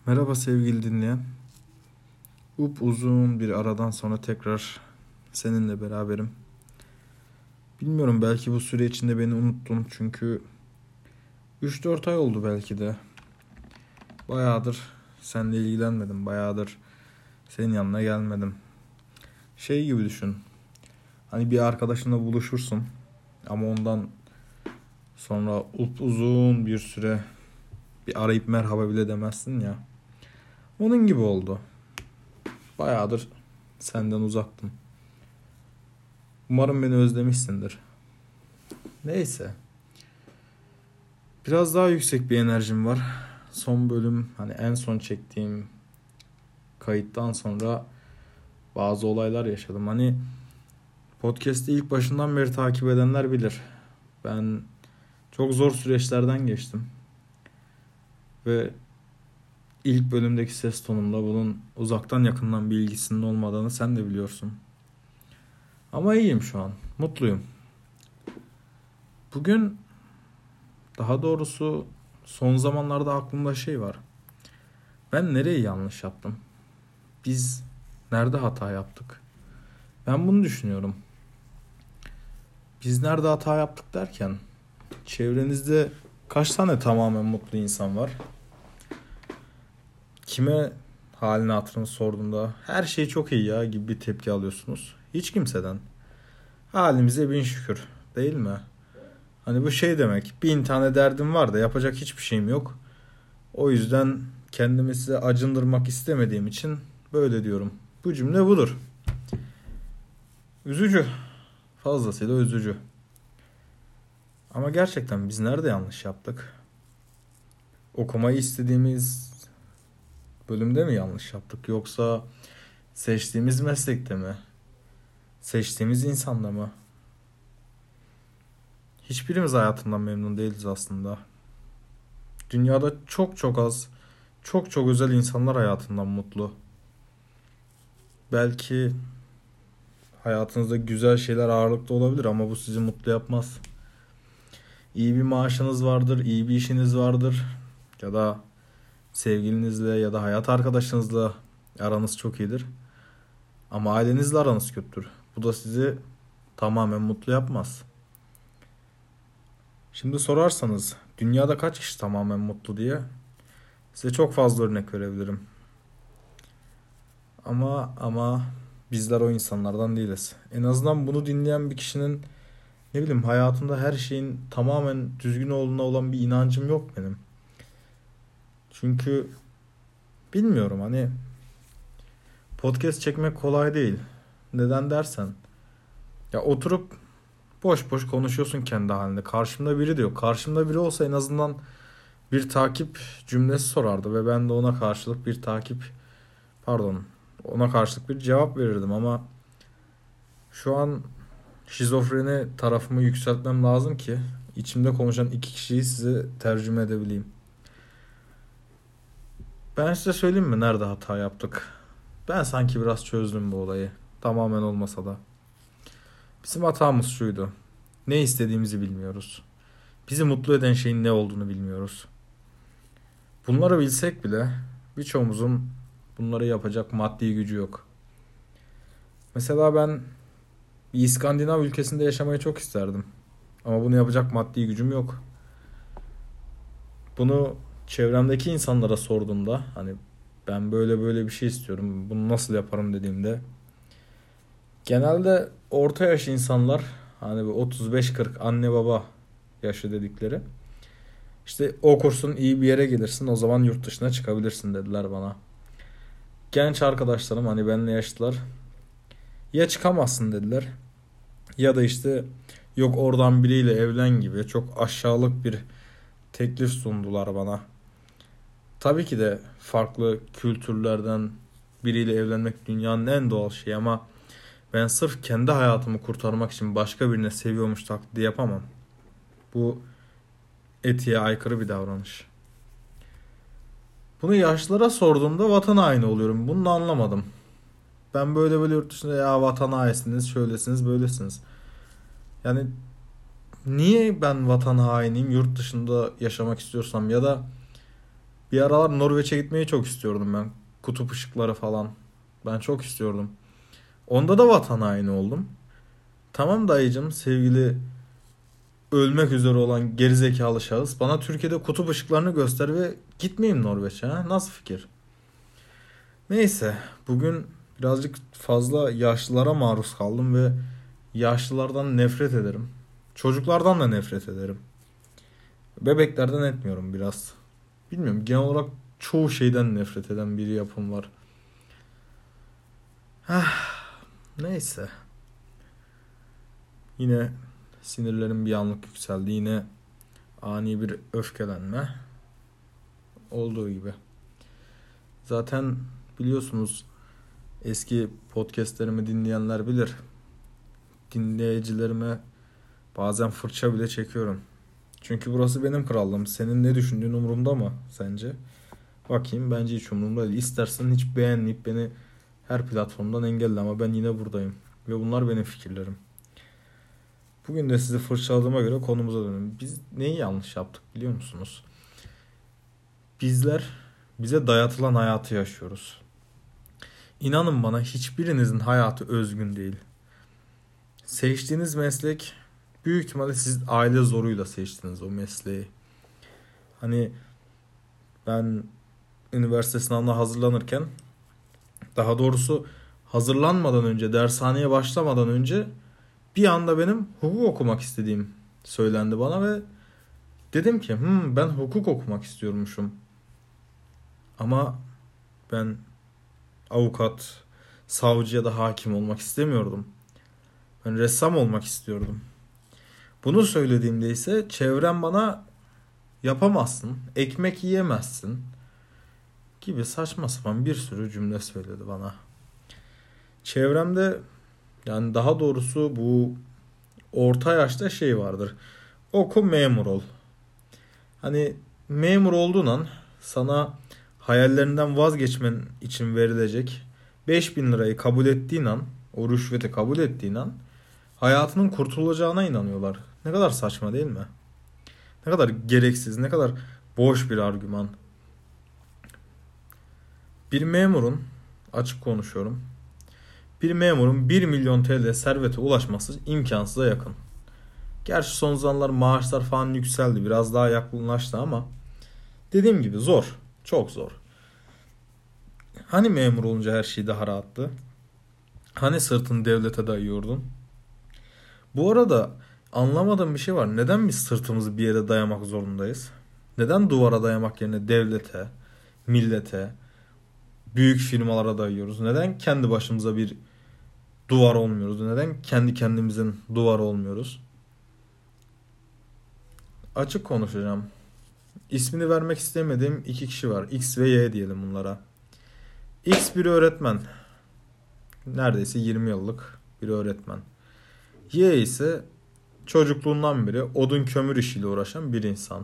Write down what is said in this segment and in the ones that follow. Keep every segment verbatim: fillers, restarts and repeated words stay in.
Merhaba sevgili dinleyen. Up uzun bir aradan sonra tekrar seninle beraberim. Bilmiyorum, belki bu süre içinde beni unuttun çünkü üç dört ay oldu belki de. Bayağıdır seninle ilgilenmedim. Bayağıdır senin yanına gelmedim. Şey gibi düşün. Hani bir arkadaşınla buluşursun ama ondan sonra up uzun bir süre bir arayıp merhaba bile demezsin ya. Onun gibi oldu. Bayağıdır senden uzaktım. Umarım beni özlemişsindir. Neyse. Biraz daha yüksek bir enerjim var. Son bölüm, hani en son çektiğim kayıttan sonra bazı olaylar yaşadım. Hani podcast'i ilk başından beri takip edenler bilir. Ben çok zor süreçlerden geçtim. Ve ilk bölümdeki ses tonumla bunun uzaktan yakından bir ilgisinin olmadığını sen de biliyorsun. Ama iyiyim şu an. Mutluyum. Bugün, daha doğrusu son zamanlarda aklımda şey var. Ben nereyi yanlış yaptım? Biz nerede hata yaptık? Ben bunu düşünüyorum. Biz nerede hata yaptık derken, çevrenizde kaç tane tamamen mutlu insan var? Kime halini hatırını sorduğunda her şey çok iyi ya gibi bir tepki alıyorsunuz? Hiç kimseden. Halimize bin şükür, değil mi? Hani bu şey demek, bin tane derdim var da yapacak hiçbir şeyim yok. O yüzden kendimi size acındırmak istemediğim için böyle diyorum. Bu cümle budur. Üzücü. Fazlasıyla üzücü. Ama gerçekten biz nerede yanlış yaptık? Okumayı istediğimiz bölümde mi yanlış yaptık? Yoksa seçtiğimiz meslekte mi? Seçtiğimiz insanda mı? Hiçbirimiz hayatından memnun değiliz aslında. Dünyada çok çok az, çok çok özel insanlar hayatından mutlu. Belki hayatınızda güzel şeyler ağırlıkta olabilir ama bu sizi mutlu yapmaz. İyi bir maaşınız vardır, iyi bir işiniz vardır. Ya da sevgilinizle ya da hayat arkadaşınızla aranız çok iyidir. Ama ailenizle aranız kötüdür. Bu da sizi tamamen mutlu yapmaz. Şimdi sorarsanız dünyada kaç kişi tamamen mutlu diye size çok fazla örnek verebilirim. Ama ama bizler o insanlardan değiliz. En azından bunu dinleyen bir kişinin, ne bileyim, hayatımda her şeyin tamamen düzgün olduğuna olan bir inancım yok benim. Çünkü bilmiyorum, hani podcast çekmek kolay değil. Neden dersen, ya oturup boş boş konuşuyorsun kendi halinde. Karşımda biri de yok. Karşımda biri olsa en azından bir takip cümlesi sorardı ve ben de ona karşılık bir takip pardon ona karşılık bir cevap verirdim ama şu an şizofreni tarafımı yükseltmem lazım ki içimde konuşan iki kişiyi size tercüme edebileyim. Ben size söyleyeyim mi nerede hata yaptık? Ben sanki biraz çözdüm bu olayı. Tamamen olmasa da. Bizim hatamız şuydu. Ne istediğimizi bilmiyoruz. Bizi mutlu eden şeyin ne olduğunu bilmiyoruz. Bunları bilsek bile birçoğumuzun bunları yapacak maddi gücü yok. Mesela ben bir İskandinav ülkesinde yaşamayı çok isterdim. Ama bunu yapacak maddi gücüm yok. Bunu çevremdeki insanlara sorduğumda, hani ben böyle böyle bir şey istiyorum, bunu nasıl yaparım dediğimde, genelde orta yaş insanlar, hani bu otuz beş kırk anne baba yaşı dedikleri, işte okursun, iyi bir yere gelirsin, o zaman yurt dışına çıkabilirsin dediler bana. Genç arkadaşlarım, hani benimle yaşlılar, ya çıkamazsın dediler ya da işte yok oradan biriyle evlen gibi çok aşağılık bir teklif sundular bana. Tabii ki de farklı kültürlerden biriyle evlenmek dünyanın en doğal şeyi ama ben sırf kendi hayatımı kurtarmak için başka birine seviyormuş taklidi yapamam. Bu etiğe aykırı bir davranış. Bunu yaşlılara sorduğumda vatan haini oluyorum. Bunu da anlamadım. Ben böyle böyle yurt dışında ya vatan hainisiniz, şöylesiniz, böylesiniz. Yani niye ben vatan hainiyim, yurt dışında yaşamak istiyorsam ya da Bir aralar Norveç'e gitmeyi çok istiyordum ben. Kutup ışıkları falan. Ben çok istiyordum. Onda da vatan haini oldum. Tamam dayıcım, sevgili ölmek üzere olan gerizekalı şahıs, bana Türkiye'de kutup ışıklarını göster ve gitmeyeyim Norveç'e. Ha? Nasıl fikir? Neyse, bugün birazcık fazla yaşlılara maruz kaldım ve yaşlılardan nefret ederim. Çocuklardan da nefret ederim. Bebeklerden etmiyorum biraz. Bilmiyorum, genel olarak çoğu şeyden nefret eden bir yapım var. Neyse. Yine sinirlerim bir anlık yükseldi. Yine ani bir öfkelenme olduğu gibi. Zaten biliyorsunuz, eski podcastlerimi dinleyenler bilir. Dinleyicilerime bazen fırça bile çekiyorum. Çünkü burası benim krallığım. Senin ne düşündüğün umurumda mı sence? Bakayım, bence hiç umurumda değil. İstersen hiç beğenmeyip beni her platformdan engelle ama ben yine buradayım. Ve bunlar benim fikirlerim. Bugün de sizi fırçaladığıma göre konumuza dönelim. Biz neyi yanlış yaptık biliyor musunuz? Bizler bize dayatılan hayatı yaşıyoruz. İnanın bana, hiçbirinizin hayatı özgün değil. Seçtiğiniz meslek, büyük ihtimalle siz aile zoruyla seçtiniz o mesleği. Hani ben üniversite sınavına hazırlanırken, daha doğrusu hazırlanmadan önce, dershaneye başlamadan önce bir anda benim hukuk okumak istediğim söylendi bana ve dedim ki hmm, ben hukuk okumak istiyormuşum. Ama ben avukat, savcı ya da hakim olmak istemiyordum. Ben ressam olmak istiyordum. Bunu söylediğimde ise çevrem bana yapamazsın, ekmek yiyemezsin gibi saçma sapan bir sürü cümle söyledi bana. Çevremde, yani daha doğrusu bu orta yaşta şey vardır. Oku, memur ol. Hani memur olduğun an sana hayallerinden vazgeçmen için verilecek beş bin lirayı kabul ettiğin an, o rüşveti kabul ettiğin an hayatının kurtulacağına inanıyorlar. Ne kadar saçma değil mi? Ne kadar gereksiz, ne kadar boş bir argüman. Bir memurun, açık konuşuyorum, bir memurun bir milyon T L servete ulaşması imkansıza yakın. Gerçi son zamanlar maaşlar falan yükseldi, biraz daha yakınlaştı ama dediğim gibi zor, çok zor. Hani memur olunca her şey daha rahattı? Hani sırtını devlete dayıyordun? Bu arada anlamadığım bir şey var. Neden biz sırtımızı bir yere dayamak zorundayız? Neden duvara dayamak yerine devlete, millete, büyük firmalara dayıyoruz? Neden kendi başımıza bir duvar olmuyoruz? Neden kendi kendimizin duvarı olmuyoruz? Açık konuşacağım. İsmini vermek istemediğim iki kişi var. X ve Y diyelim bunlara. X bir öğretmen. Neredeyse yirmi yıllık bir öğretmen. Y ise çocukluğundan beri odun kömür işiyle uğraşan bir insan.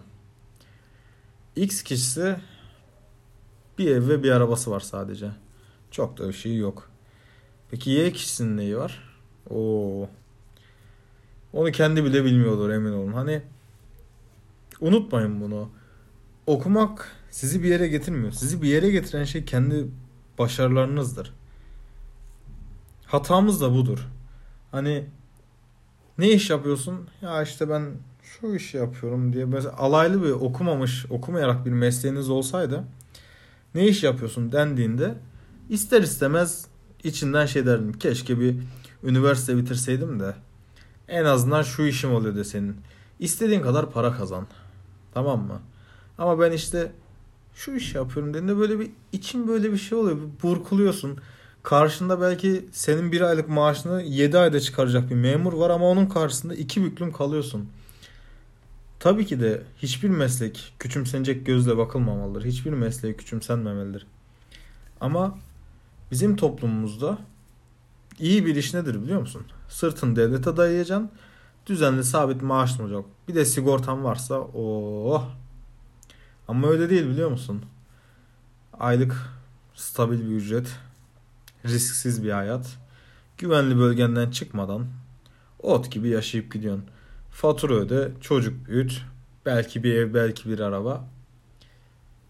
X kişisi bir ev ve bir arabası var sadece. Çok da bir şey yok. Peki Y kişisinin neyi var? Oo. Onu kendi bile bilmiyordur, emin olun. Hani unutmayın bunu. Okumak sizi bir yere getirmiyor. Sizi bir yere getiren şey kendi başarılarınızdır. Hatamız da budur. Hani ne iş yapıyorsun? Ya işte ben şu işi yapıyorum diye mesela alaylı bir okumamış, okumayarak bir mesleğiniz olsaydı ne iş yapıyorsun dendiğinde ister istemez içinden şey derdim. Keşke bir üniversite bitirseydim de en azından şu işim oluyor desenin. İstediğin kadar para kazan. Tamam mı? Ama ben işte şu iş yapıyorum dediğinde böyle bir için böyle bir şey oluyor. Bir burkuluyorsun. Karşında belki senin bir aylık maaşını yedi ayda çıkaracak bir memur var ama onun karşısında iki büklüm kalıyorsun. Tabii ki de hiçbir meslek küçümsenecek gözle bakılmamalıdır. Hiçbir mesleğe küçümsenmemelidir. Ama bizim toplumumuzda iyi bir iş nedir biliyor musun? Sırtını devlete dayayacaksın. Düzenli sabit maaşın olacak. Bir de sigortan varsa oh. Ama öyle değil biliyor musun? Aylık stabil bir ücret. Risksiz bir hayat. Güvenli bölgenden çıkmadan ot gibi yaşayıp gidiyorsun. Fatura öde, çocuk büyüt. Belki bir ev, belki bir araba.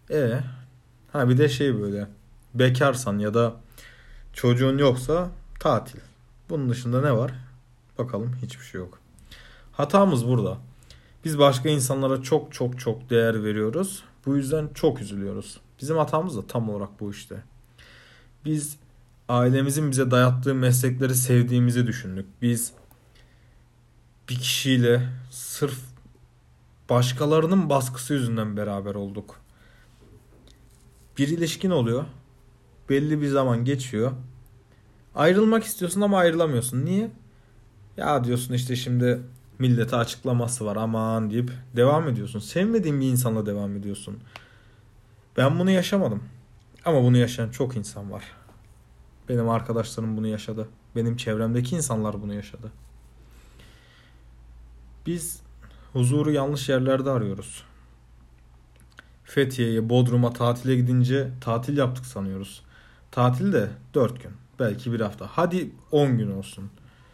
E ha bir de şey böyle bekarsan ya da çocuğun yoksa tatil. Bunun dışında ne var? Bakalım hiçbir şey yok. Hatamız burada. Biz başka insanlara çok çok çok değer veriyoruz. Bu yüzden çok üzülüyoruz. Bizim hatamız da tam olarak bu işte. Biz ailemizin bize dayattığı meslekleri sevdiğimizi düşündük. Biz bir kişiyle sırf başkalarının baskısı yüzünden beraber olduk. Bir ilişkin oluyor. Belli bir zaman geçiyor. Ayrılmak istiyorsun ama ayrılamıyorsun. Niye? Ya diyorsun işte şimdi millete açıklaması var aman deyip devam ediyorsun. Sevmediğin bir insanla devam ediyorsun. Ben bunu yaşamadım. Ama bunu yaşayan çok insan var. Benim arkadaşlarım bunu yaşadı. Benim çevremdeki insanlar bunu yaşadı. Biz huzuru yanlış yerlerde arıyoruz. Fethiye'ye, Bodrum'a tatile gidince tatil yaptık sanıyoruz. Tatil de dört gün. Belki bir hafta. Hadi on gün olsun.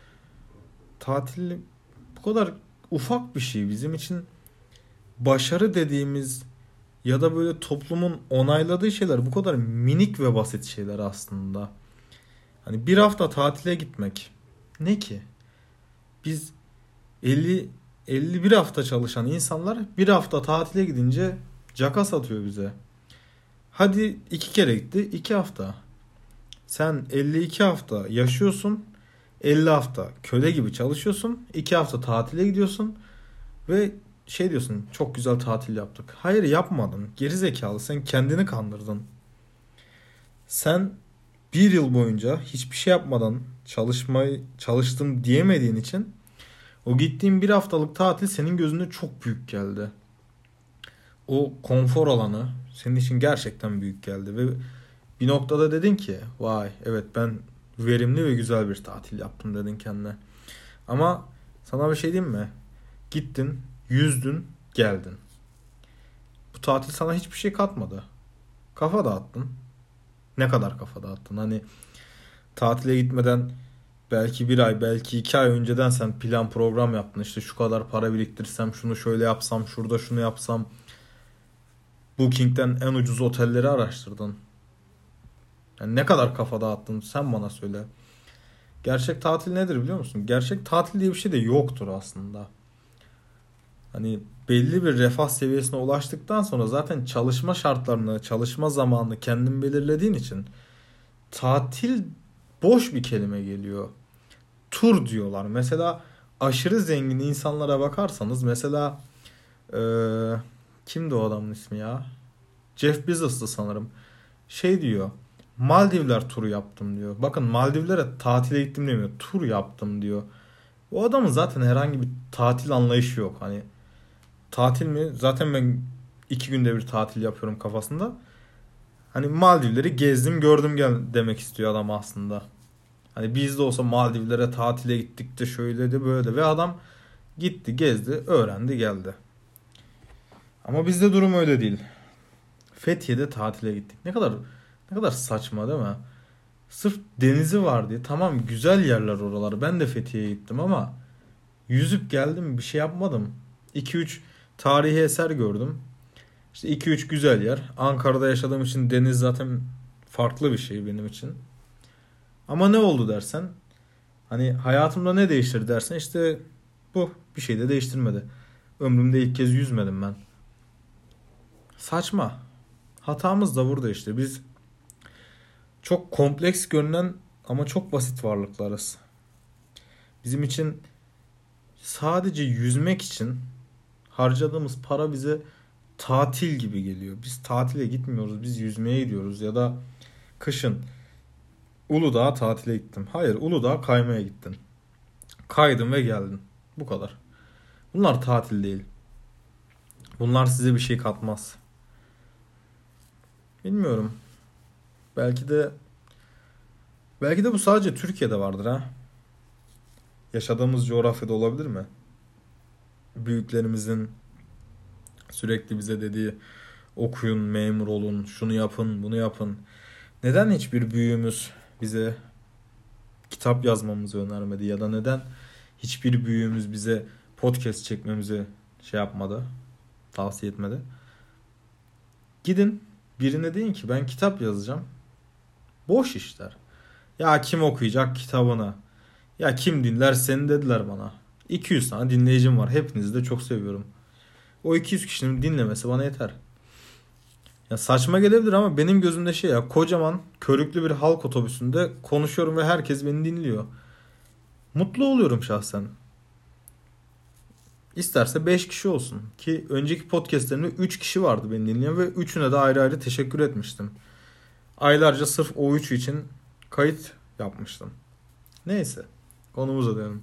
Tatil bu kadar ufak bir şey. Bizim için başarı dediğimiz ya da böyle toplumun onayladığı şeyler bu kadar minik ve basit şeyler aslında. Hani bir hafta tatile gitmek ne ki? Biz elli elli bir hafta çalışan insanlar bir hafta tatile gidince caka satıyor bize. Hadi iki kere gitti, iki hafta. Sen elli iki hafta yaşıyorsun, elli hafta köle gibi çalışıyorsun, iki hafta tatile gidiyorsun ve şey diyorsun, çok güzel tatil yaptık. Hayır yapmadın. Geri zekalı, sen kendini kandırdın. Sen bir yıl boyunca hiçbir şey yapmadan çalışmayı çalıştım diyemediğin için o gittiğin bir haftalık tatil senin gözünde çok büyük geldi. O konfor alanı senin için gerçekten büyük geldi ve bir noktada dedin ki vay evet ben verimli ve güzel bir tatil yaptım dedin kendine. Ama sana bir şey diyeyim mi? Gittin, yüzdün, geldin. Bu tatil sana hiçbir şey katmadı. Kafa dağıttın. Ne kadar kafa dağıttın? Hani tatile gitmeden belki bir ay, belki iki ay önceden sen plan program yaptın. İşte şu kadar para biriktirsem, şunu şöyle yapsam, şurada şunu yapsam. Booking'den en ucuz otelleri araştırdın. Yani ne kadar kafa dağıttın sen bana söyle. Gerçek tatil nedir biliyor musun? Gerçek tatil diye bir şey de yoktur aslında. Hani belli bir refah seviyesine ulaştıktan sonra zaten çalışma şartlarını, çalışma zamanını kendin belirlediğin için tatil boş bir kelime geliyor. Tur diyorlar. Mesela aşırı zengin insanlara bakarsanız mesela eee, kimdi o adamın ismi ya? Jeff Bezos'tu sanırım. Şey diyor. Maldivler turu yaptım diyor. Bakın Maldivlere tatile gittim demiyor. Tur yaptım diyor. O adamın zaten herhangi bir tatil anlayışı yok. Hani tatil mi? Zaten ben iki günde bir tatil yapıyorum kafasında. Hani Maldivleri gezdim gördüm gel demek istiyor adam aslında. Hani bizde olsa Maldivlere tatile gittik de şöyle de böyle de. Ve adam gitti gezdi öğrendi geldi. Ama bizde durum öyle değil. Fethiye'de tatile gittik. Ne kadar ne kadar saçma değil mi? Sırf denizi var diye. Tamam güzel yerler oralar. Ben de Fethiye'ye gittim ama yüzüp geldim bir şey yapmadım. iki üç tarihi eser gördüm. İşte iki üç güzel yer. Ankara'da yaşadığım için deniz zaten farklı bir şey benim için. Ama ne oldu dersen hani hayatımda ne değiştirdi dersen işte bu bir şey de değiştirmedi. Ömrümde ilk kez yüzmedim ben. Saçma. Hatamız da burada işte. Biz çok kompleks görünen ama çok basit varlıklarız. Bizim için sadece yüzmek için harcadığımız para bize tatil gibi geliyor. Biz tatile gitmiyoruz, biz yüzmeye gidiyoruz ya da kışın Uludağ'a tatile gittim. Hayır, Uludağ'a kaymaya gittin. Kaydın ve geldin. Bu kadar. Bunlar tatil değil. Bunlar size bir şey katmaz. Bilmiyorum. Belki de belki de bu sadece Türkiye'de vardır ha. Yaşadığımız coğrafyada olabilir mi? Büyüklerimizin sürekli bize dediği okuyun, memur olun, şunu yapın, bunu yapın. Neden hiçbir büyüğümüz bize kitap yazmamızı önermedi ya da neden hiçbir büyüğümüz bize podcast çekmemizi şey yapmadı, tavsiye etmedi? Gidin birine deyin ki ben kitap yazacağım. Boş işler. Ya kim okuyacak kitabını? Ya kim dinler seni dediler bana. iki yüz tane dinleyicim var. Hepinizi de çok seviyorum. O iki yüz kişinin dinlemesi bana yeter. Ya saçma gelebilir ama benim gözümde şey ya, kocaman körüklü bir halk otobüsünde konuşuyorum ve herkes beni dinliyor. Mutlu oluyorum şahsen. İsterse beş kişi olsun. Ki önceki podcastlerimde üç kişi vardı beni dinleyen ve üçüne de ayrı ayrı teşekkür etmiştim. Aylarca sırf o üçü için kayıt yapmıştım. Neyse, konumuza dönelim.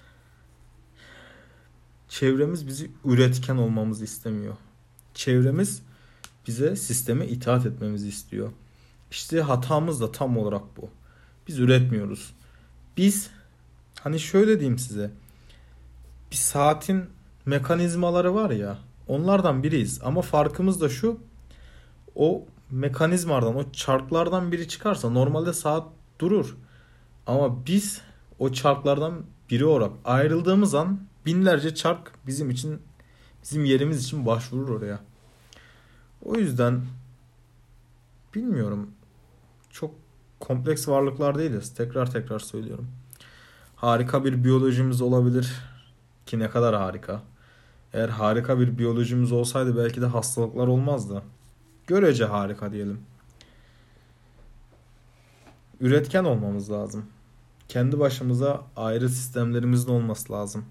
Çevremiz bizi üretken olmamızı istemiyor. Çevremiz bize sisteme itaat etmemizi istiyor. İşte hatamız da tam olarak bu. Biz üretmiyoruz. Biz, hani şöyle diyeyim size. Bir saatin mekanizmaları var ya, onlardan biriyiz. Ama farkımız da şu. O mekanizmalardan, o çarklardan biri çıkarsa normalde saat durur. Ama biz o çarklardan biri olarak ayrıldığımız an binlerce çark bizim için, bizim yerimiz için başvurur oraya. O yüzden bilmiyorum. Çok kompleks varlıklar değiliz. Tekrar tekrar söylüyorum. Harika bir biyolojimiz olabilir ki ne kadar harika. Eğer harika bir biyolojimiz olsaydı belki de hastalıklar olmazdı. Görece harika diyelim. Üretken olmamız lazım. Kendi başımıza ayrı sistemlerimizin olması lazım.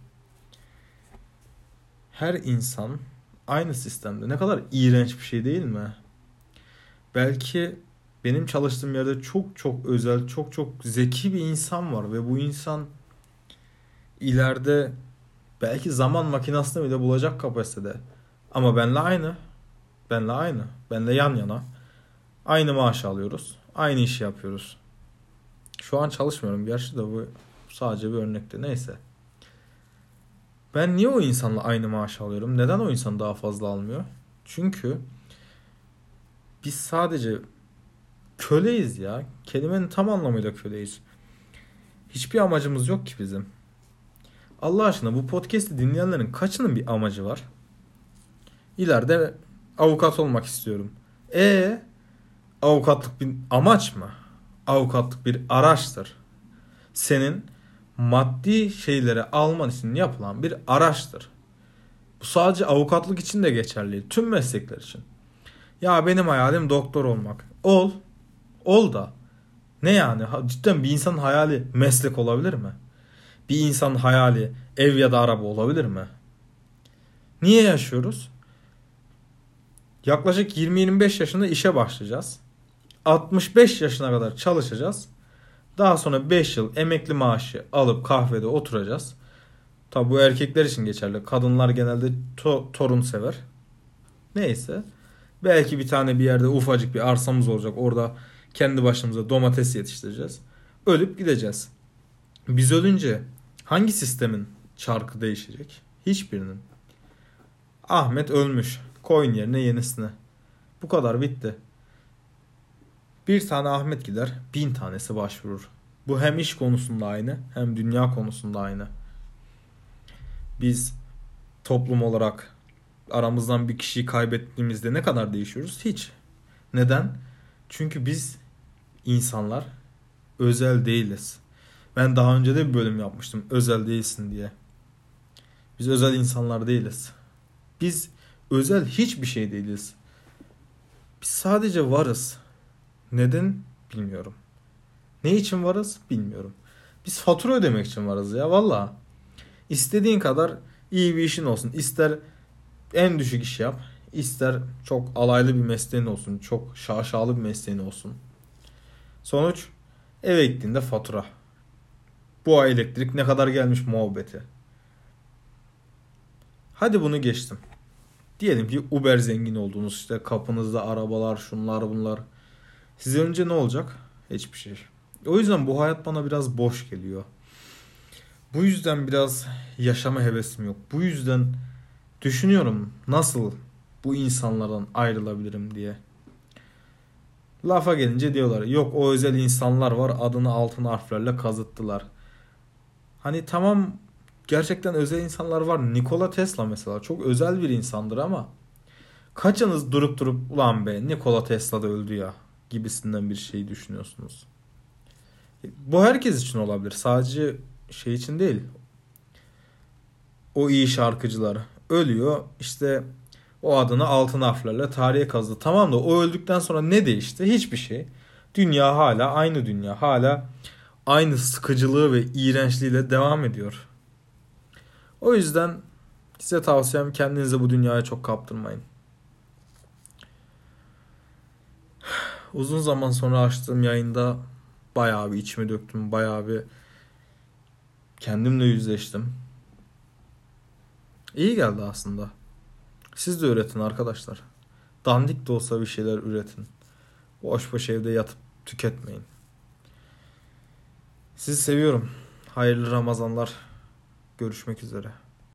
Her insan aynı sistemde. Ne kadar iğrenç bir şey değil mi? Belki benim çalıştığım yerde çok çok özel, çok çok zeki bir insan var ve bu insan ileride belki zaman makinesini bile bulacak kapasitede. Ama benle aynı. Benle aynı. Benle yan yana. Aynı maaş alıyoruz. Aynı işi yapıyoruz. Şu an çalışmıyorum. Gerçi de bu sadece bir örnekti. Neyse. Ben niye o insanla aynı maaş alıyorum? Neden o insan daha fazla almıyor? Çünkü biz sadece köleyiz ya. Kelimenin tam anlamıyla köleyiz. Hiçbir amacımız yok ki bizim. Allah aşkına bu podcast'i dinleyenlerin kaçının bir amacı var? İleride avukat olmak istiyorum. E avukatlık bir amaç mı? Avukatlık bir araçtır. Senin maddi şeyleri alman için yapılan bir araçtır. Bu sadece avukatlık için de geçerli. Tüm meslekler için. Ya benim hayalim doktor olmak. Ol. Ol da. Ne yani? Cidden bir insanın hayali meslek olabilir mi? Bir insanın hayali ev ya da araba olabilir mi? Niye yaşıyoruz? Yaklaşık yirmi yirmi beş yaşında işe başlayacağız. altmış beş yaşına kadar çalışacağız. Daha sonra beş yıl emekli maaşı alıp kahvede oturacağız. Tabi bu erkekler için geçerli. Kadınlar genelde to- torun sever. Neyse. Belki bir tane bir yerde ufacık bir arsamız olacak. Orada kendi başımıza domates yetiştireceğiz. Ölüp gideceğiz. Biz ölünce hangi sistemin çarkı değişecek? Hiçbirinin. Ahmet ölmüş. Koyun yerine yenisini. Bu kadar, bitti. Bir tane Ahmet gider, bin tanesi başvurur. Bu hem iş konusunda aynı, hem dünya konusunda aynı. Biz toplum olarak aramızdan bir kişiyi kaybettiğimizde ne kadar değişiyoruz? Hiç. Neden? Çünkü biz insanlar özel değiliz. Ben daha önce de bir bölüm yapmıştım, özel değilsin diye. Biz özel insanlar değiliz. Biz özel hiçbir şey değiliz. Biz sadece varız. Neden? Bilmiyorum. Ne için varız? Bilmiyorum. Biz fatura ödemek için varız ya, valla. İstediğin kadar iyi bir işin olsun. İster en düşük iş yap. İster çok alaylı bir mesleğin olsun. Çok şaşalı bir mesleğin olsun. Sonuç, eve gittiğinde fatura. Bu ay elektrik ne kadar gelmiş muhabbeti. Hadi bunu geçtim. Diyelim ki Uber zengin oldunuz. İşte kapınızda arabalar, şunlar bunlar. Size önce ne olacak? Hiçbir şey. O yüzden bu hayat bana biraz boş geliyor. Bu yüzden biraz yaşama hevesim yok. Bu yüzden düşünüyorum nasıl bu insanlardan ayrılabilirim diye. Lafa gelince diyorlar yok o özel insanlar var, adını altın harflerle kazıttılar. Hani tamam, gerçekten özel insanlar var. Nikola Tesla mesela çok özel bir insandır ama Kaçınız durup durup ulan be Nikola Tesla da öldü ya gibisinden bir şey düşünüyorsunuz? Bu herkes için olabilir. Sadece şey için değil. O iyi şarkıcılar ölüyor. İşte o adını altın harflerle tarihe kazıdı. Tamam da o öldükten sonra ne değişti? Hiçbir şey. Dünya hala aynı dünya. Hala aynı sıkıcılığı ve iğrençliğiyle devam ediyor. O yüzden size tavsiyem kendinizi bu dünyaya çok kaptırmayın. Uzun zaman sonra açtığım yayında bayağı bir içimi döktüm. Bayağı bir kendimle yüzleştim. İyi geldi aslında. Siz de üretin arkadaşlar. Dandik de olsa bir şeyler üretin. Boş boş evde yatıp tüketmeyin. Sizi seviyorum. Hayırlı Ramazanlar. Görüşmek üzere.